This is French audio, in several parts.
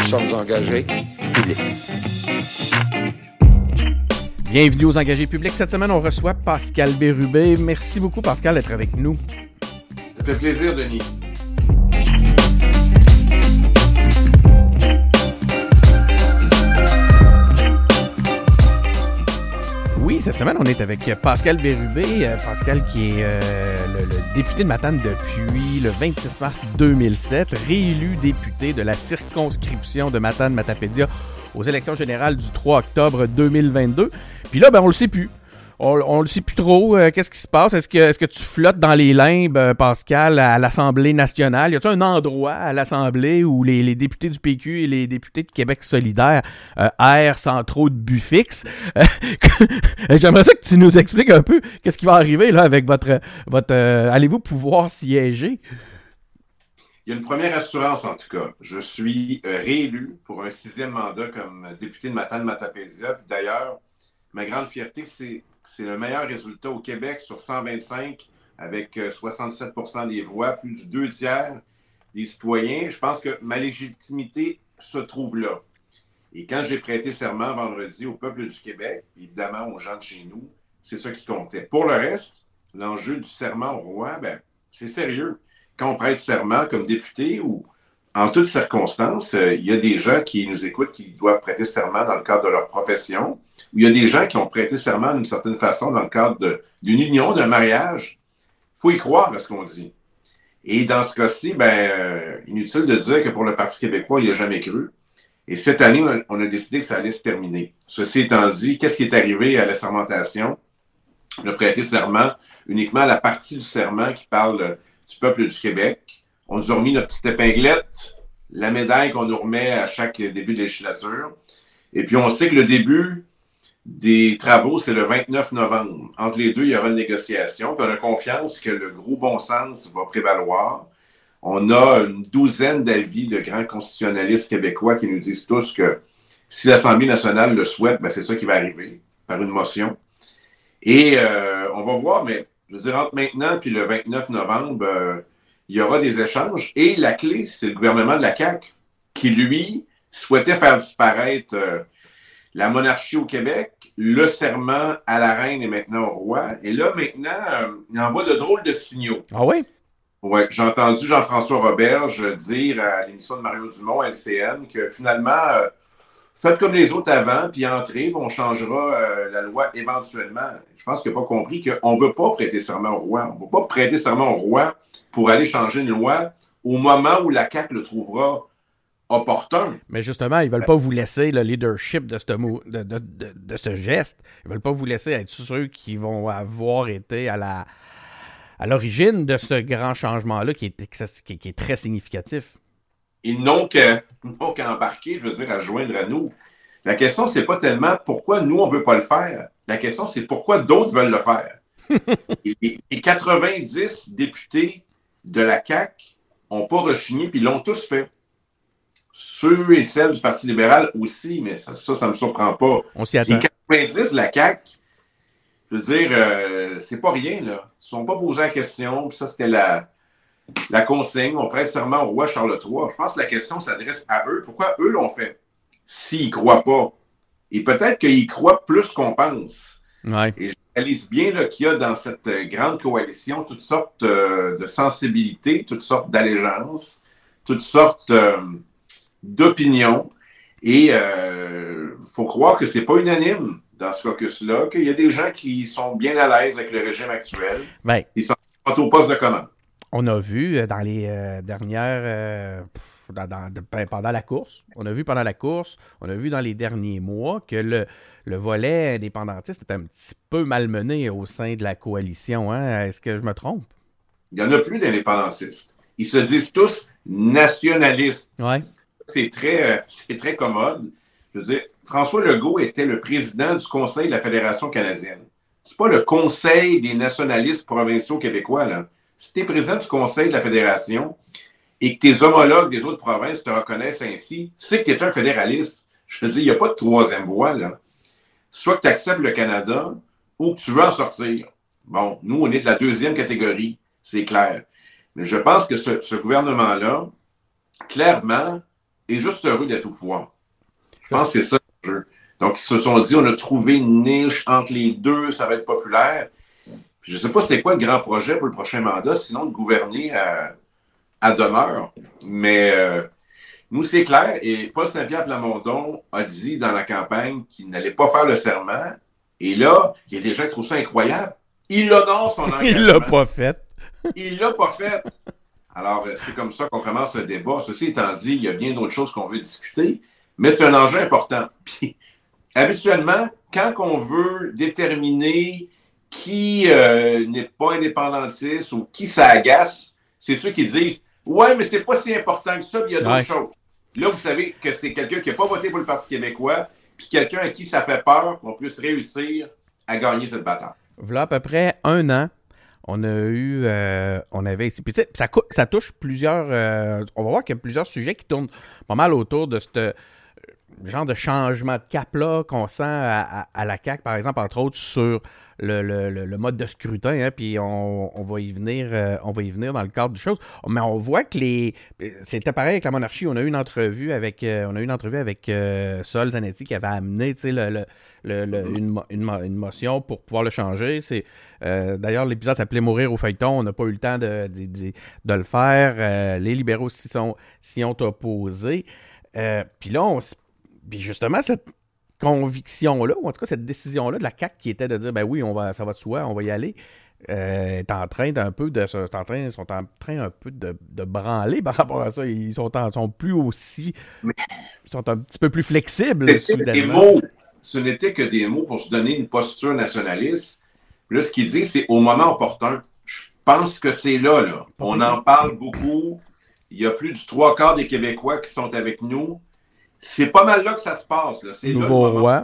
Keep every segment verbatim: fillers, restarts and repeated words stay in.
sommes engagés publics. Bienvenue aux Engagés publics. Cette semaine, on reçoit Pascal Bérubé. Merci beaucoup, Pascal, d'être avec nous. Ça fait plaisir, Denis. Oui, cette semaine, on est avec Pascal Bérubé. Pascal qui est euh, le, le député de Matane depuis le vingt-six mars deux mille sept, réélu député de la circonscription de Matane-Matapédia aux élections générales du trois octobre deux mille vingt-deux. Puis là, ben, on le sait plus. On, on le sait plus trop. Euh, qu'est-ce qui se passe? Est-ce que, est-ce que tu flottes dans les limbes, euh, Pascal, à l'Assemblée nationale? Y a-t-il un endroit à l'Assemblée où les, les députés du P Q et les députés de Québec solidaire euh, errent sans trop de but fixe? Euh, J'aimerais ça que tu nous expliques un peu qu'est-ce qui va arriver là avec votre... votre euh, allez-vous pouvoir siéger? Il y a une première assurance, en tout cas. Je suis euh, réélu pour un sixième mandat comme député de Matane-Matapédia. Puis d'ailleurs, ma grande fierté, c'est c'est le meilleur résultat au Québec sur cent vingt-cinq, avec euh, soixante-sept pour cent des voix, plus du deux tiers des citoyens. Je pense que ma légitimité se trouve là. Et quand j'ai prêté serment vendredi au peuple du Québec, évidemment aux gens de chez nous, c'est ça qui comptait. Pour le reste, l'enjeu du serment au roi, ben, c'est sérieux. Quand on prête serment comme député ou en toutes circonstances, euh, il y a des gens qui nous écoutent qui doivent prêter serment dans le cadre de leur profession, ou il y a des gens qui ont prêté serment d'une certaine façon dans le cadre de, d'une union, d'un mariage. Il faut y croire à ce qu'on dit. Et dans ce cas-ci, ben, euh, inutile de dire que pour le Parti québécois, il n'y a jamais cru. Et cette année, on a, on a décidé que ça allait se terminer. Ceci étant dit, qu'est-ce qui est arrivé à la sermentation? On a prêté serment uniquement à la partie du serment qui parle euh, du peuple du Québec. On nous a remis notre petite épinglette, la médaille qu'on nous remet à chaque début de législature. Et puis, on sait que le début des travaux, c'est le vingt-neuf novembre. Entre les deux, il y aura une négociation. Puis on a confiance que le gros bon sens va prévaloir. On a une douzaine d'avis de grands constitutionnalistes québécois qui nous disent tous que si l'Assemblée nationale le souhaite, ben c'est ça qui va arriver, par une motion. Et euh, on va voir, mais je veux dire, entre maintenant puis le vingt-neuf novembre, euh, il y aura des échanges. Et la clé, c'est le gouvernement de la C A Q qui, lui, souhaitait faire disparaître euh, la monarchie au Québec, le serment à la reine et maintenant au roi. Et là, maintenant, euh, il envoie de drôles de signaux. Ah oui? Oui, j'ai entendu Jean-François Roberge dire à l'émission de Mario Dumont, L C N, que finalement, euh, faites comme les autres avant, puis entrez, puis on changera euh, la loi éventuellement. Je pense qu'il n'a pas compris qu'on ne veut pas prêter serment au roi. On ne veut pas prêter serment au roi pour aller changer une loi au moment où la C A Q le trouvera opportun. Mais justement, ils ne veulent pas vous laisser le leadership de ce, mot, de, de, de, de ce geste. Ils ne veulent pas vous laisser être ceux qui vont avoir été à la à l'origine de ce grand changement-là qui est, qui, qui est très significatif. Ils n'ont qu'à qu'à embarquer, je veux dire, à joindre à nous. La question, c'est pas tellement pourquoi nous, on ne veut pas le faire. La question, c'est pourquoi d'autres veulent le faire. et, et quatre-vingt-dix députés de la C A Q n'ont pas rechigné, puis ils l'ont tous fait. Ceux et celles du Parti libéral aussi, mais ça, ça, ça me surprend pas. On s'y attend. Les quatre-vingt-dix de la C A Q, je veux dire, euh, c'est pas rien, là. Ils ne se sont pas posés la question, puis ça, c'était la, la consigne. On prête serment au roi Charles trois. Je pense que la question s'adresse à eux. Pourquoi eux l'ont fait? S'ils ne croient pas. Et peut-être qu'ils croient plus qu'on pense. Ouais. Et je réalise bien là, qu'il y a dans cette grande coalition toutes sortes euh, de sensibilités, toutes sortes d'allégeances, toutes sortes euh, d'opinions. Et il euh, faut croire que c'est pas unanime dans ce caucus-là, qu'il y a des gens qui sont bien à l'aise avec le régime actuel. Ben, ils sont au poste de commande. On a vu dans les euh, dernières... Euh, dans, dans, de, pendant la course, on a vu pendant la course, on a vu dans les derniers mois que le, le volet indépendantiste est un petit peu malmené au sein de la coalition. Hein? Est-ce que je me trompe? Il n'y en a plus d'indépendantistes. Ils se disent tous nationalistes. Ouais. C'est très, c'est très commode. Je veux dire, François Legault était le président du Conseil de la Fédération canadienne. C'est pas le Conseil des nationalistes provinciaux québécois, là. Si tu es président du Conseil de la Fédération et que tes homologues des autres provinces te reconnaissent ainsi, c'est que tu es un fédéraliste. Je veux dire, il n'y a pas de troisième voie, là. Soit que tu acceptes le Canada ou que tu veux en sortir. Bon, nous, on est de la deuxième catégorie, c'est clair. Mais je pense que ce, ce gouvernement-là, clairement, est juste heureux d'être au pouvoir. Je pense que c'est ça le jeu. Donc, ils se sont dit, on a trouvé une niche entre les deux, ça va être populaire. Puis, je ne sais pas c'était quoi le grand projet pour le prochain mandat, sinon de gouverner à, à demeure. Mais euh, nous, c'est clair. Et Paul Saint-Pierre Plamondon a dit dans la campagne qu'il n'allait pas faire le serment. Et là, il y a des gens qui trouvent ça incroyable. Il honore son engagement. Il l'a pas fait. Il l'a pas fait. Alors, c'est comme ça qu'on commence le débat. Ceci étant dit, il y a bien d'autres choses qu'on veut discuter, mais c'est un enjeu important. Puis, habituellement, quand on veut déterminer qui euh, n'est pas indépendantiste ou qui ça agace, c'est ceux qui disent « Ouais, mais c'est pas si important que ça, puis il y a d'autres ouais. choses. » Là, vous savez que c'est quelqu'un qui n'a pas voté pour le Parti québécois, puis quelqu'un à qui ça fait peur qu'on puisse réussir à gagner cette bataille. Voilà à peu près un an, on a eu, euh, on avait ici, puis tu sais, ça, ça touche plusieurs, euh, on va voir qu'il y a plusieurs sujets qui tournent pas mal autour de ce genre de changement de cap-là qu'on sent à, à, à la C A Q, par exemple, entre autres sur le, le, le, le mode de scrutin, hein, puis on, on va y venir, euh, on va y venir dans le cadre du chose. Mais on voit que les, c'était pareil avec la monarchie. On a eu une entrevue avec, euh, on a eu une entrevue avec euh, Sol Zanetti qui avait amené, tu sais, le, le, le, le, une, une, une motion pour pouvoir le changer. C'est euh, d'ailleurs l'épisode s'appelait Mourir au feuilleton. On n'a pas eu le temps de, de, de, de le faire. Euh, les libéraux s'y sont, s'y ont opposés. Euh, puis là, on Puis justement, cette conviction-là, ou en tout cas cette décision-là de la C A Q qui était de dire, ben oui, on va, ça va de soi, on va y aller, euh, est en train d'un peu de, sont en train, sont en train un peu de, de branler par rapport à ça. Ils sont, en, sont plus aussi, ils sont un petit peu plus flexibles. Des mots, ce n'était que des mots pour se donner une posture nationaliste. Là, ce qu'il dit, c'est au moment opportun. Je pense que c'est là, là. On en parle beaucoup. Il y a plus du trois quarts des Québécois qui sont avec nous. C'est pas mal là que ça se passe. Là. C'est Nouveau là, le roi.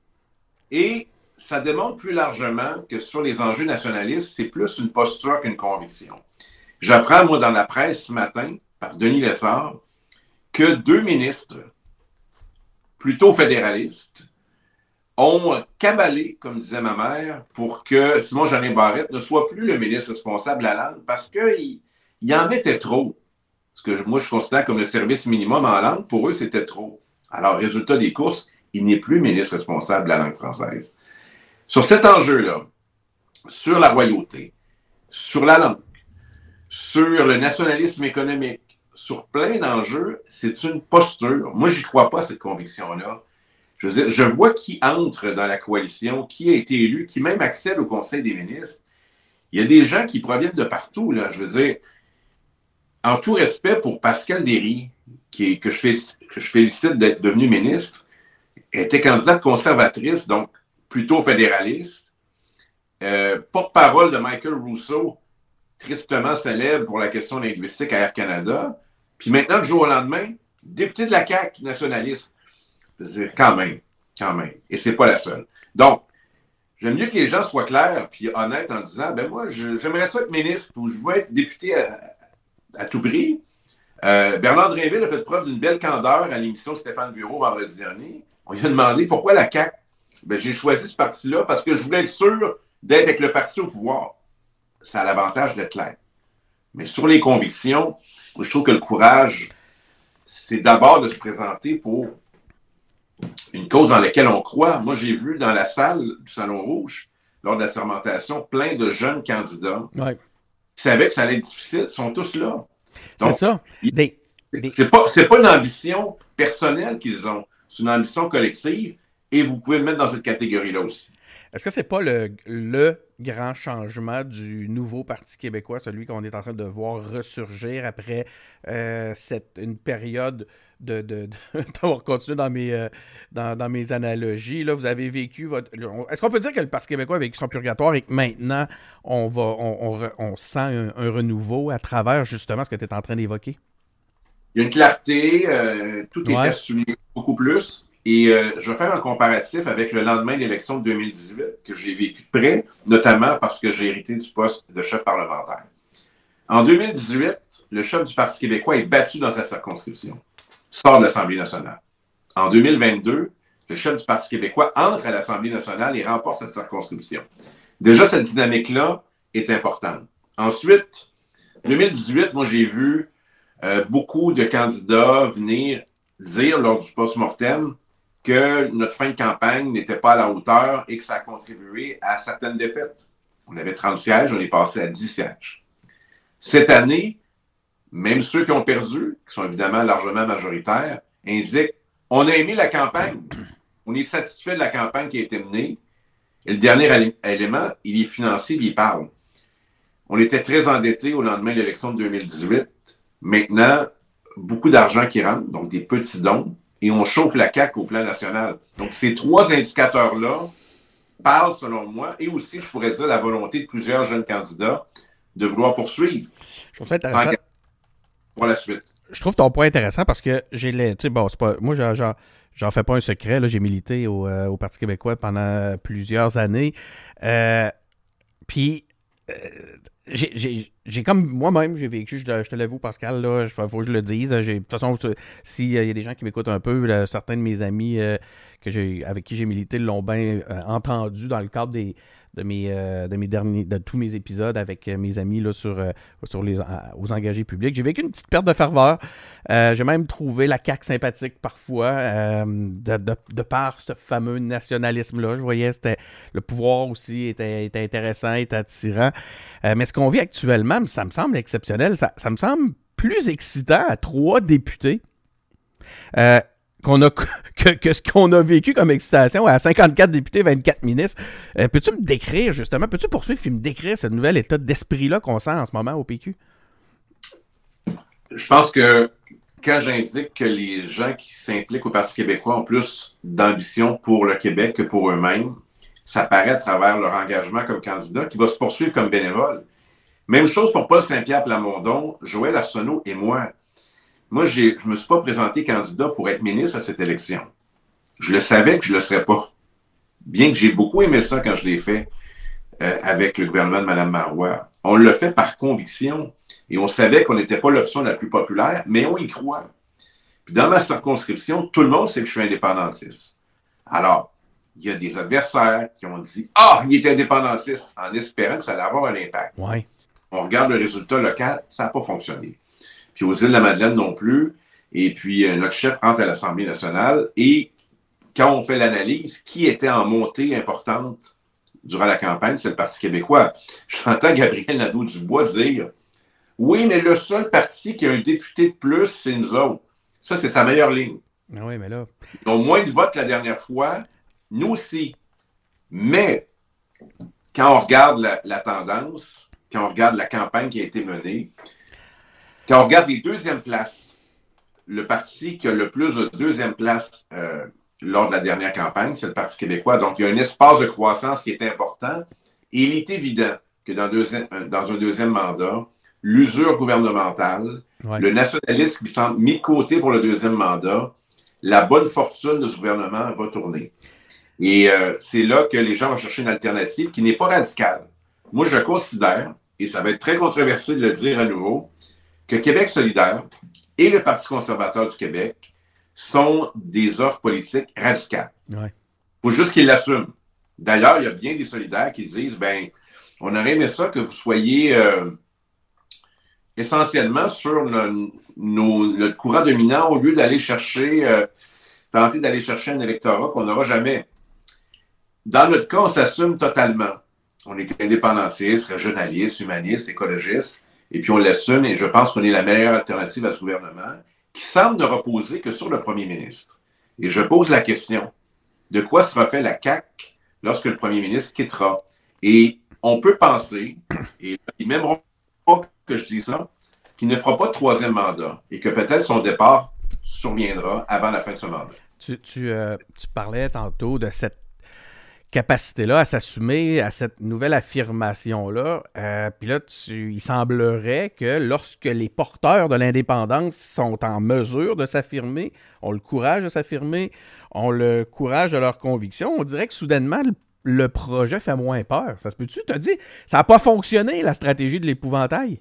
Et ça démontre plus largement que sur les enjeux nationalistes, c'est plus une posture qu'une conviction. J'apprends, moi, dans la presse ce matin, par Denis Lessard, que deux ministres, plutôt fédéralistes, ont cabalé, comme disait ma mère, pour que Simon-Jeanin Barrette ne soit plus le ministre responsable de la langue parce qu'il il en mettait trop. Ce que moi, je considère comme le service minimum en langue, pour eux, c'était trop. Alors, résultat des courses, il n'est plus ministre responsable de la langue française. Sur cet enjeu-là, sur la royauté, sur la langue, sur le nationalisme économique, sur plein d'enjeux, c'est une posture. Moi, j'y crois pas, cette conviction-là. Je veux dire, je vois qui entre dans la coalition, qui a été élu, qui même accède au Conseil des ministres. Il y a des gens qui proviennent de partout, là. Je veux dire, en tout respect pour Pascal Derry, qui est, que, je fais, que je félicite d'être devenu ministre, était candidate conservatrice, donc plutôt fédéraliste, euh, porte-parole de Michael Rousseau, tristement célèbre pour la question linguistique à Air Canada, puis maintenant, du jour au lendemain, député de la C A Q nationaliste. Je veux dire, quand même, quand même. Et c'est pas la seule. Donc, j'aime mieux que les gens soient clairs puis honnêtes en disant, ben moi, je, j'aimerais ça être ministre ou je veux être député à, à tout prix. Euh, Bernard Drinville a fait preuve d'une belle candeur à l'émission de Stéphane Bureau vendredi dernier. On lui a demandé pourquoi la C A Q. Ben, j'ai choisi ce parti-là parce que je voulais être sûr d'être avec le parti au pouvoir. Ça a l'avantage d'être clair. Mais sur les convictions, je trouve que le courage, c'est d'abord de se présenter pour une cause dans laquelle on croit. Moi, j'ai vu dans la salle du Salon Rouge, lors de la sermentation, plein de jeunes candidats ouais. qui savaient que ça allait être difficile, sont tous là. Donc, c'est ça. Des, des... C'est pas, c'est pas une ambition personnelle qu'ils ont, c'est une ambition collective et vous pouvez le mettre dans cette catégorie-là aussi. Est-ce que c'est pas le, le grand changement du nouveau Parti québécois, celui qu'on est en train de voir ressurgir après euh, cette, une période de, de, de d'avoir continué dans mes, euh, dans, dans mes analogies. Là, vous avez vécu votre... Est-ce qu'on peut dire que le Parti québécois a vécu son purgatoire et que maintenant, on, va, on, on, on sent un, un renouveau à travers justement ce que tu es en train d'évoquer? Il y a une clarté, euh, tout est ouais. assumé beaucoup plus. Et euh, je vais faire un comparatif avec le lendemain de l'élection de deux mille dix-huit, que j'ai vécu de près, notamment parce que j'ai hérité du poste de chef parlementaire. En deux mille dix-huit, le chef du Parti québécois est battu dans sa circonscription, sort de l'Assemblée nationale. En deux mille vingt-deux, le chef du Parti québécois entre à l'Assemblée nationale et remporte cette circonscription. Déjà, cette dynamique-là est importante. Ensuite, deux mille dix-huit, moi, j'ai vu euh, beaucoup de candidats venir dire lors du post-mortem que notre fin de campagne n'était pas à la hauteur et que ça a contribué à certaines défaites. On avait trente sièges, on est passé à dix sièges. Cette année, même ceux qui ont perdu, qui sont évidemment largement majoritaires, indiquent on a aimé la campagne, on est satisfait de la campagne qui a été menée. Et le dernier élément, il est financier, il parle. On était très endettés au lendemain de l'élection de deux mille dix-huit. Maintenant, beaucoup d'argent qui rentre, donc des petits dons, et on chauffe la C A Q au plan national. Donc, ces trois indicateurs-là parlent, selon moi, et aussi, je pourrais dire, la volonté de plusieurs jeunes candidats de vouloir poursuivre. Je trouve ça intéressant. Pour la suite. Je trouve ton point intéressant parce que j'ai les. Tu sais, bon, c'est pas. Moi, j'en, j'en, j'en fais pas un secret. Là, j'ai milité au, euh, au Parti québécois pendant plusieurs années. Euh, Puis, euh, j'ai, j'ai, j'ai comme moi-même, j'ai vécu, je, je te l'avoue, Pascal, là, il faut que je le dise. J'ai, de toute façon, s'il y a des gens qui m'écoutent un peu, là, certains de mes amis euh, que j'ai, avec qui j'ai milité l'ont bien euh, entendu dans le cadre des. de mes euh, de mes derniers de tous mes épisodes avec euh, mes amis là sur euh, sur les euh, aux engagés publics. J'ai vécu une petite perte de ferveur. Euh, j'ai même trouvé la C A Q sympathique parfois euh, de, de, de par ce fameux nationalisme là. Je voyais c'était le pouvoir aussi était, était intéressant, était attirant. Euh, mais ce qu'on vit actuellement, ça me semble exceptionnel. Ça, ça me semble plus excitant à trois députés. Euh, qu'on a que, que ce qu'on a vécu comme excitation à cinquante-quatre députés, vingt-quatre ministres. Euh, peux-tu me décrire, justement, peux-tu poursuivre et me décrire ce nouvel état d'esprit-là qu'on sent en ce moment au P Q? Je pense que quand j'indique que les gens qui s'impliquent au Parti québécois ont plus d'ambition pour le Québec que pour eux-mêmes, ça paraît à travers leur engagement comme candidat qui va se poursuivre comme bénévole. Même chose pour Paul Saint-Pierre Plamondon, Joël Arsenault et moi. Moi, j'ai, je ne me suis pas présenté candidat pour être ministre à cette élection. Je le savais que je ne le serais pas. Bien que j'ai beaucoup aimé ça quand je l'ai fait euh, avec le gouvernement de Mme Marois. On l'a fait par conviction et on savait qu'on n'était pas l'option la plus populaire, mais on y croit. Puis dans ma circonscription, tout le monde sait que je suis indépendantiste. Alors, il y a des adversaires qui ont dit « Ah, il est indépendantiste » en espérant que ça allait avoir un impact. Ouais. On regarde le résultat local, ça n'a pas fonctionné. Puis aux Îles-de-la-Madeleine non plus. Et puis, euh, notre chef rentre à l'Assemblée nationale. Et quand on fait l'analyse, qui était en montée importante durant la campagne, c'est le Parti québécois. J'entends Gabriel Nadeau-Dubois dire « Oui, mais le seul parti qui a un député de plus, c'est nous autres. » Ça, c'est sa meilleure ligne. Ah oui, mais là... Ils ont moins de votes la dernière fois. Nous aussi. Mais, quand on regarde la, la tendance, quand on regarde la campagne qui a été menée, quand on regarde les deuxièmes places, le parti qui a le plus de deuxième place euh, lors de la dernière campagne, c'est le Parti québécois. Donc, il y a un espace de croissance qui est important. Et il est évident que dans, deuxième, dans un deuxième mandat, l'usure gouvernementale, ouais. le nationalisme qui semble mis de côté pour le deuxième mandat, la bonne fortune de ce gouvernement va tourner. Et euh, c'est là que les gens vont chercher une alternative qui n'est pas radicale. Moi, je considère, et ça va être très controversé de le dire à nouveau, que Québec solidaire et le Parti conservateur du Québec sont des offres politiques radicales. Il ouais. faut juste qu'ils l'assument. D'ailleurs, il y a bien des solidaires qui disent, ben, on aurait aimé ça que vous soyez euh, essentiellement sur le, nos, le courant dominant au lieu d'aller chercher, euh, tenter d'aller chercher un électorat qu'on n'aura jamais. Dans notre cas, on s'assume totalement. On est indépendantiste, régionaliste, humaniste, écologiste. Et puis on l'assume, et je pense qu'on est la meilleure alternative à ce gouvernement, qui semble ne reposer que sur le premier ministre. Et je pose la question, de quoi sera fait la C A Q lorsque le premier ministre quittera? Et on peut penser, et ils m'aimeront pas que je dise ça, qu'il ne fera pas de troisième mandat, et que peut-être son départ surviendra avant la fin de ce mandat. Tu, tu, euh, tu parlais tantôt de cette capacité-là à s'assumer à cette nouvelle affirmation-là. Euh, Puis là, tu, il semblerait que lorsque les porteurs de l'indépendance sont en mesure de s'affirmer, ont le courage de s'affirmer, ont le courage de leur conviction, on dirait que soudainement, le, le projet fait moins peur. Ça se peut-tu? Tu as dit, ça n'a pas fonctionné, la stratégie de l'épouvantail?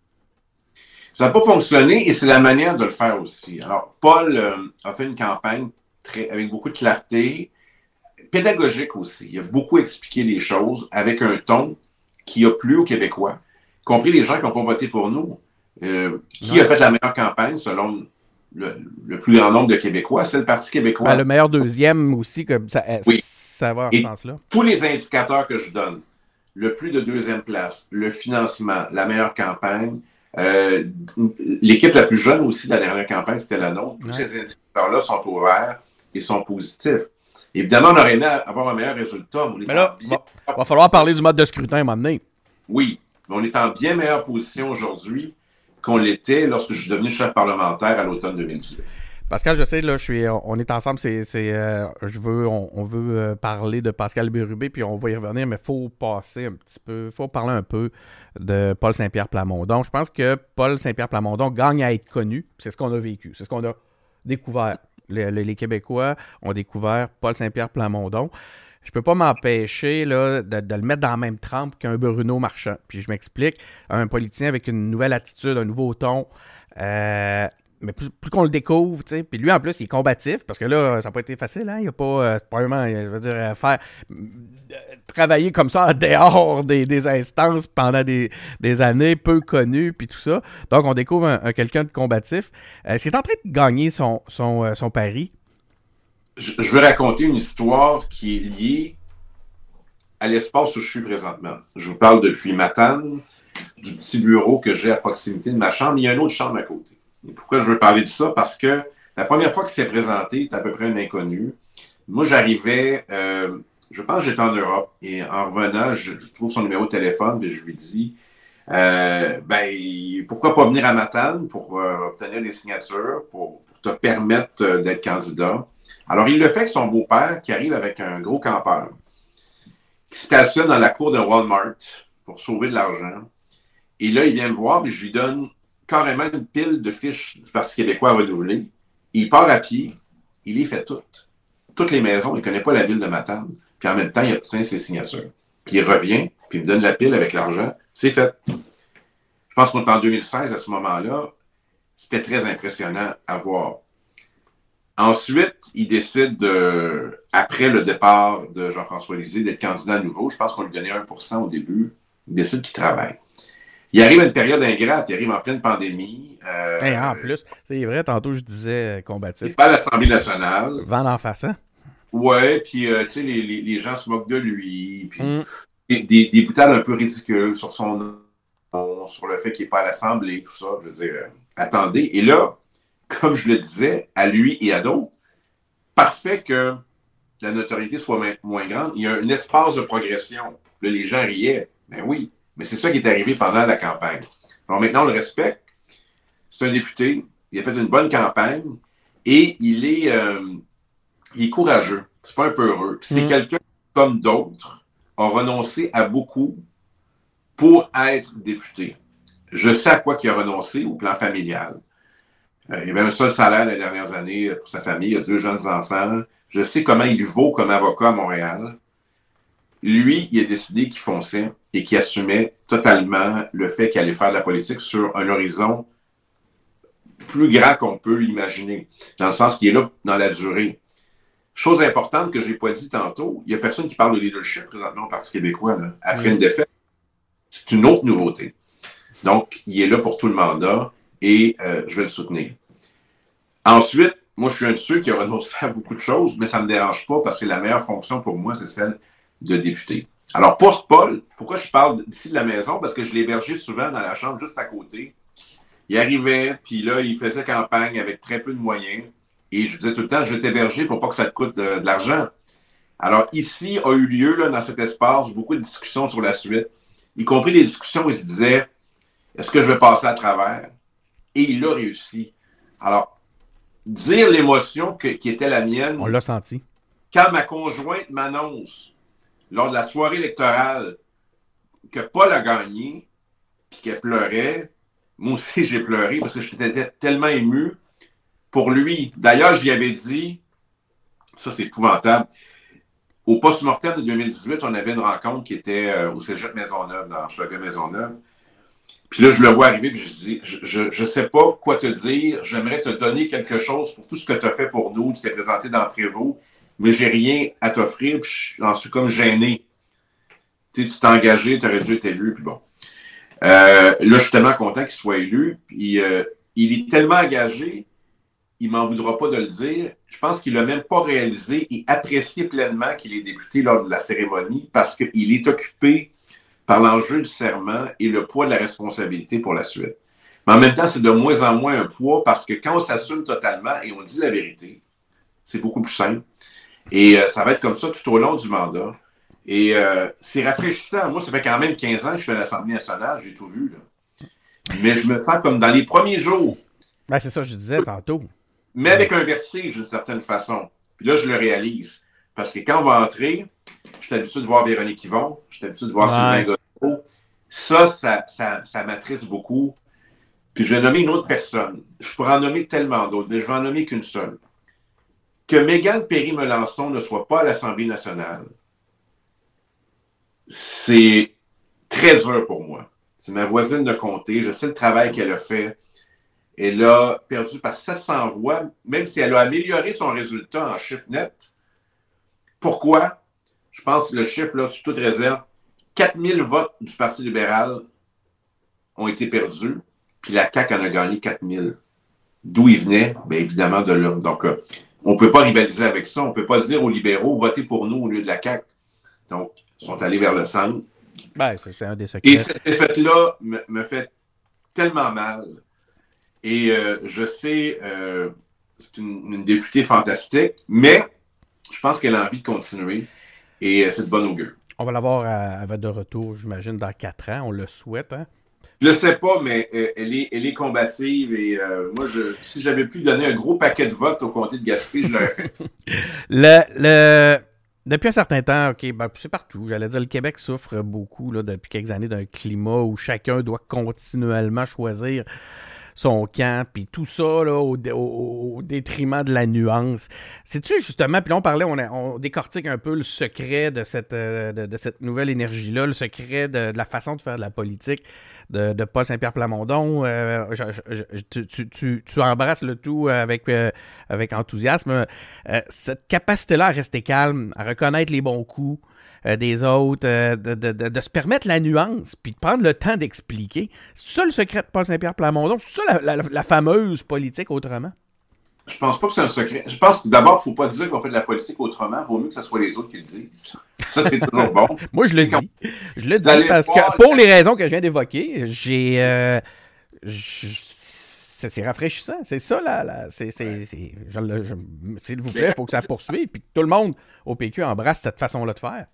Ça n'a pas fonctionné et c'est la manière de le faire aussi. Alors, Paul euh, a fait une campagne très, avec beaucoup de clarté, pédagogique aussi. Il a beaucoup expliqué les choses avec un ton qui a plu aux Québécois, y compris les gens qui n'ont pas voté pour nous. Euh, qui ouais. a fait la meilleure campagne selon le, le plus grand nombre de Québécois, c'est le Parti québécois. Ben, le meilleur deuxième aussi, comme ça, oui. ça va en ce sens-là. Tous les indicateurs que je donne, le plus de deuxième place, le financement, la meilleure campagne, euh, l'équipe la plus jeune aussi de la dernière campagne, c'était la nôtre. Tous ouais. ces indicateurs-là sont ouverts et sont positifs. Évidemment, on aurait aimé avoir un meilleur résultat. Mais là, il bien... va, va falloir parler du mode de scrutin à un moment donné. Oui, mais on est en bien meilleure position aujourd'hui qu'on l'était lorsque je suis devenu chef parlementaire à l'automne deux mille dix-huit. Pascal, je sais, là, je suis, on est ensemble, c'est, c'est, euh, je veux, on, on veut euh, parler de Pascal Bérubé, puis on va y revenir, mais il faut passer un petit peu, il faut parler un peu de Paul Saint-Pierre Plamondon. Je pense que Paul Saint-Pierre Plamondon gagne à être connu, c'est ce qu'on a vécu, c'est ce qu'on a découvert. Les, les, les Québécois ont découvert Paul Saint-Pierre Plamondon. Je peux pas m'empêcher là, de, de le mettre dans la même trempe qu'un Bruno Marchand. Puis je m'explique, un politicien avec une nouvelle attitude, un nouveau ton, euh, mais plus, plus qu'on le découvre, tu sais, puis lui en plus il est combatif, parce que là, ça n'a pas été facile, hein, il a pas, euh, probablement, je veux dire, faire, euh, travailler comme ça en dehors des, des instances pendant des, des années, peu connu, puis tout ça. Donc on découvre un, un, quelqu'un de combatif. Est-ce qu'il est en train de gagner son, son, euh, son pari? Je, je veux raconter une histoire qui est liée à l'espace où je suis présentement. Je vous parle depuis Matane, du petit bureau que j'ai à proximité de ma chambre. Il y a une autre chambre à côté. Et pourquoi je veux parler de ça? Parce que la première fois qu'il s'est présenté, il était à peu près un inconnu. Moi, j'arrivais, euh, je pense que j'étais en Europe, et en revenant, je, je trouve son numéro de téléphone, et je lui dis, euh, ben, pourquoi pas venir à Matane pour euh, obtenir des signatures, pour, pour te permettre euh, d'être candidat. Alors, il le fait avec son beau-père, qui arrive avec un gros campeur, qui se stationne dans la cour de Walmart pour sauver de l'argent. Et là, il vient me voir, et je lui donne carrément une pile de fiches du Parti québécois à renouveler. Il part à pied, il les fait toutes. Toutes les maisons, il ne connaît pas la ville de Matane. Puis en même temps, il obtient ses signatures. Puis il revient, puis il me donne la pile avec l'argent. C'est fait. Je pense qu'on est en deux mille seize à ce moment-là. C'était très impressionnant à voir. Ensuite, il décide, de, après le départ de Jean-François Lisée, d'être candidat à nouveau. Je pense qu'on lui donnait un pour cent au début. Il décide qu'il travaille. Il arrive à une période ingrate, il arrive en pleine pandémie. Euh, hey, en plus, c'est vrai, tantôt je disais combatif. Il n'est pas à l'Assemblée nationale. Vent d'en face, hein? Ouais, puis euh, tu sais, les, les, les gens se moquent de lui, puis mm. des, des, des boutades un peu ridicules sur son nom, sur le fait qu'il n'est pas à l'Assemblée, tout ça. Je veux dire, euh, attendez. Et là, comme je le disais, à lui et à d'autres, parfait que la notoriété soit moins grande. Il y a un espace de progression. Là, les gens riaient. Ben oui. Mais c'est ça qui est arrivé pendant la campagne. Alors maintenant, on le respecte. C'est un député. Il a fait une bonne campagne et il est, euh, il est courageux. C'est pas un peu heureux. C'est mmh. quelqu'un, comme d'autres, a renoncé à beaucoup pour être député. Je sais à quoi il a renoncé au plan familial. Euh, il avait un seul salaire les dernières années pour sa famille. Il a deux jeunes enfants. Je sais comment il vaut comme avocat à Montréal. Lui, il a décidé qu'il fonçait et qu'il assumait totalement le fait qu'il allait faire de la politique sur un horizon plus grand qu'on peut l'imaginer, dans le sens qu'il est là dans la durée. Chose importante que je n'ai pas dit tantôt, il n'y a personne qui parle de leadership présentement au Parti québécois. Là. Après mmh. une défaite, c'est une autre nouveauté. Donc, il est là pour tout le mandat et euh, je vais le soutenir. Ensuite, moi, je suis un de ceux qui a renoncé à beaucoup de choses, mais ça ne me dérange pas parce que la meilleure fonction pour moi, c'est celle de député. Alors, pour Paul, pourquoi je parle d'ici de la maison? Parce que je l'ai hébergé souvent dans la chambre juste à côté. Il arrivait, puis là, il faisait campagne avec très peu de moyens. Et je disais tout le temps, je vais t'héberger pour pas que ça te coûte de, de l'argent. Alors, ici a eu lieu, là, dans cet espace, beaucoup de discussions sur la suite, y compris des discussions où il se disait, est-ce que je vais passer à travers? Et il a réussi. Alors, dire l'émotion que, qui était la mienne... On l'a senti. Quand ma conjointe m'annonce, lors de la soirée électorale, que Paul a gagné, puis qu'elle pleurait, moi aussi j'ai pleuré parce que j'étais tellement ému pour lui. D'ailleurs, j'y avais dit, ça c'est épouvantable, au post-mortem de deux mille dix-huit, on avait une rencontre qui était euh, au Cégep Maisonneuve, dans Hochelaga Maisonneuve. Puis là, je le vois arriver, puis je dis, je, je sais pas quoi te dire, j'aimerais te donner quelque chose pour tout ce que tu as fait pour nous, tu t'es présenté dans Prévost, mais j'ai rien à t'offrir, puis j'en suis comme gêné. Tu sais, tu t'es engagé, tu aurais dû être élu, puis bon. Euh, là, je suis tellement content qu'il soit élu, puis euh, il est tellement engagé il ne m'en voudra pas de le dire. Je pense qu'il n'a même pas réalisé et apprécié pleinement qu'il est député lors de la cérémonie parce qu'il est occupé par l'enjeu du serment et le poids de la responsabilité pour la suite. Mais en même temps, c'est de moins en moins un poids parce que quand on s'assume totalement et on dit la vérité, c'est beaucoup plus simple. Et euh, ça va être comme ça tout au long du mandat. Et euh, c'est rafraîchissant. Moi, ça fait quand même quinze ans que je fais l'Assemblée nationale, j'ai tout vu, là. Mais je me sens comme dans les premiers jours. Ben, c'est ça que je disais tantôt. Mais avec un vertige, d'une certaine façon. Puis là, je le réalise. Parce que quand on va entrer, je suis habitué de voir Véronique Yvon, je suis habitué de voir ouais. Sylvain Godreau. Ça, ça, ça, ça m'attriste beaucoup. Puis je vais nommer une autre personne. Je pourrais en nommer tellement d'autres, mais je vais en nommer qu'une seule. Que Mégane Perry-Melançon ne soit pas à l'Assemblée nationale, c'est très dur pour moi. C'est ma voisine de comté. Je sais le travail qu'elle a fait. Elle a perdu par sept cents voix, même si elle a amélioré son résultat en chiffre net. Pourquoi? Je pense que le chiffre, là, sous toute réserve, quatre mille votes du Parti libéral ont été perdus, puis la C A Q en a gagné quatre mille. D'où ils venaient? Bien évidemment de là. Donc, euh, on ne peut pas rivaliser avec ça. On ne peut pas dire aux libéraux, votez pour nous au lieu de la C A Q. Donc, ils sont allés vers le centre. Ben, ça, c'est un des secrets. Et cette défaite-là me, me fait tellement mal. Et euh, je sais, euh, c'est une, une députée fantastique, mais je pense qu'elle a envie de continuer et euh, c'est de bon augure. On va l'avoir à, à de retour, j'imagine, dans quatre ans. On le souhaite, hein? Je ne le sais pas, mais euh, elle, est, elle est combative et euh, moi, je, si j'avais pu donner un gros paquet de votes au comté de Gaspé, je l'aurais fait. le, le... Depuis un certain temps, OK, ben, c'est partout. J'allais dire, le Québec souffre beaucoup là, depuis quelques années d'un climat où chacun doit continuellement choisir son camp, puis tout ça là, au, au, au détriment de la nuance. C'est-tu justement, puis là on parlait, on, a, on décortique un peu le secret de cette, euh, de, de cette nouvelle énergie-là, le secret de, de la façon de faire de la politique de, de Paul Saint-Pierre Plamondon. Euh, je, je, tu, tu, tu, tu embrasses le tout avec, euh, avec enthousiasme. Euh, cette capacité-là à rester calme, à reconnaître les bons coups euh, des autres, euh, de, de, de, de se permettre la nuance, puis de prendre le temps d'expliquer. C'est ça le secret de Paul Saint-Pierre Plamondon? C'est ça la, la, la fameuse politique autrement? Je pense pas que c'est un secret. Je pense que d'abord, il ne faut pas dire qu'on fait de la politique autrement. Il vaut mieux que ce soit les autres qui le disent. Ça, c'est toujours bon. Moi, je le dis. Je le dis parce que, pour les raisons que je viens d'évoquer, j'ai... Euh, c'est, c'est rafraîchissant. C'est ça, là. là c'est, c'est, c'est, je, je, s'il vous plaît, il faut que ça poursuive. Puis que tout le monde au P Q embrasse cette façon-là de faire.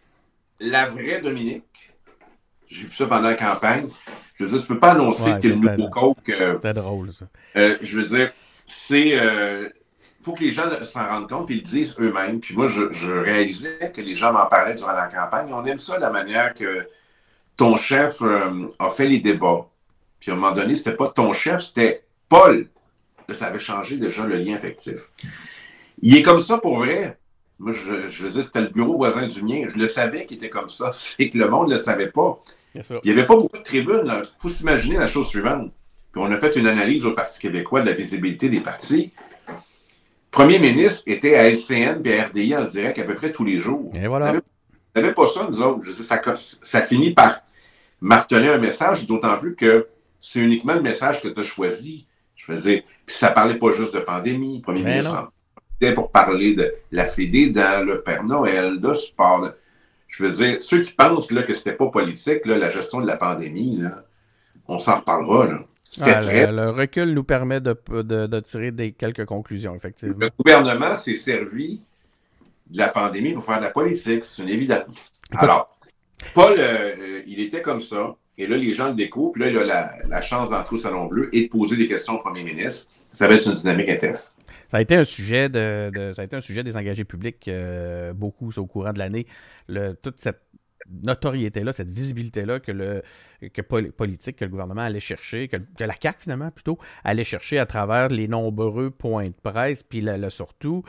La vraie Dominique, j'ai vu ça pendant la campagne. Je veux dire, tu peux pas annoncer ouais, que t'es le nouveau coke. Euh, c'est drôle, ça. Euh, je veux dire, c'est... Il euh, faut que les gens s'en rendent compte et le disent eux-mêmes. Puis moi, je, je réalisais que les gens m'en parlaient durant la campagne. On aime ça, la manière que ton chef euh, a fait les débats. Puis à un moment donné, c'était pas ton chef, c'était Paul. Là, ça avait changé déjà le lien affectif. Il est comme ça pour vrai. Moi, je, je veux dire, c'était le bureau voisin du mien. Je le savais qu'il était comme ça. C'est que le monde ne le savait pas. Il n'y avait pas beaucoup de tribunes. Il faut s'imaginer la chose suivante. Puis on a fait une analyse au Parti québécois de la visibilité des partis. Le premier ministre était à L C N et à R D I en direct à peu près tous les jours. Et voilà. On n'avait pas ça, nous autres. Je veux dire, ça, ça finit par marteler un message, d'autant plus que c'est uniquement le message que tu as choisi. Je veux dire, puis ça ne parlait pas juste de pandémie. Le premier Mais ministre en était pour parler de la Fédé dans le Père Noël, de sport. Je veux dire, ceux qui pensent là, que c'était pas politique, là, la gestion de la pandémie, là, on s'en reparlera, là. Ah, très... le, le recul nous permet de, de, de tirer des, quelques conclusions, effectivement. Le gouvernement s'est servi de la pandémie pour faire de la politique, c'est une évidence. Alors, Paul, euh, il était comme ça, et là, les gens le découvrent, puis là, il a la, la chance d'entrer au Salon Bleu et de poser des questions au premier ministre. Ça va être une dynamique intéressante. Ça a été un sujet de, de ça a été un sujet des engagés publics euh, beaucoup au courant de l'année. Le, toute cette notoriété-là, cette visibilité-là que le que politique, que le gouvernement allait chercher, que, que la C A Q finalement plutôt, allait chercher à travers les nombreux points de presse, puis le, le, surtout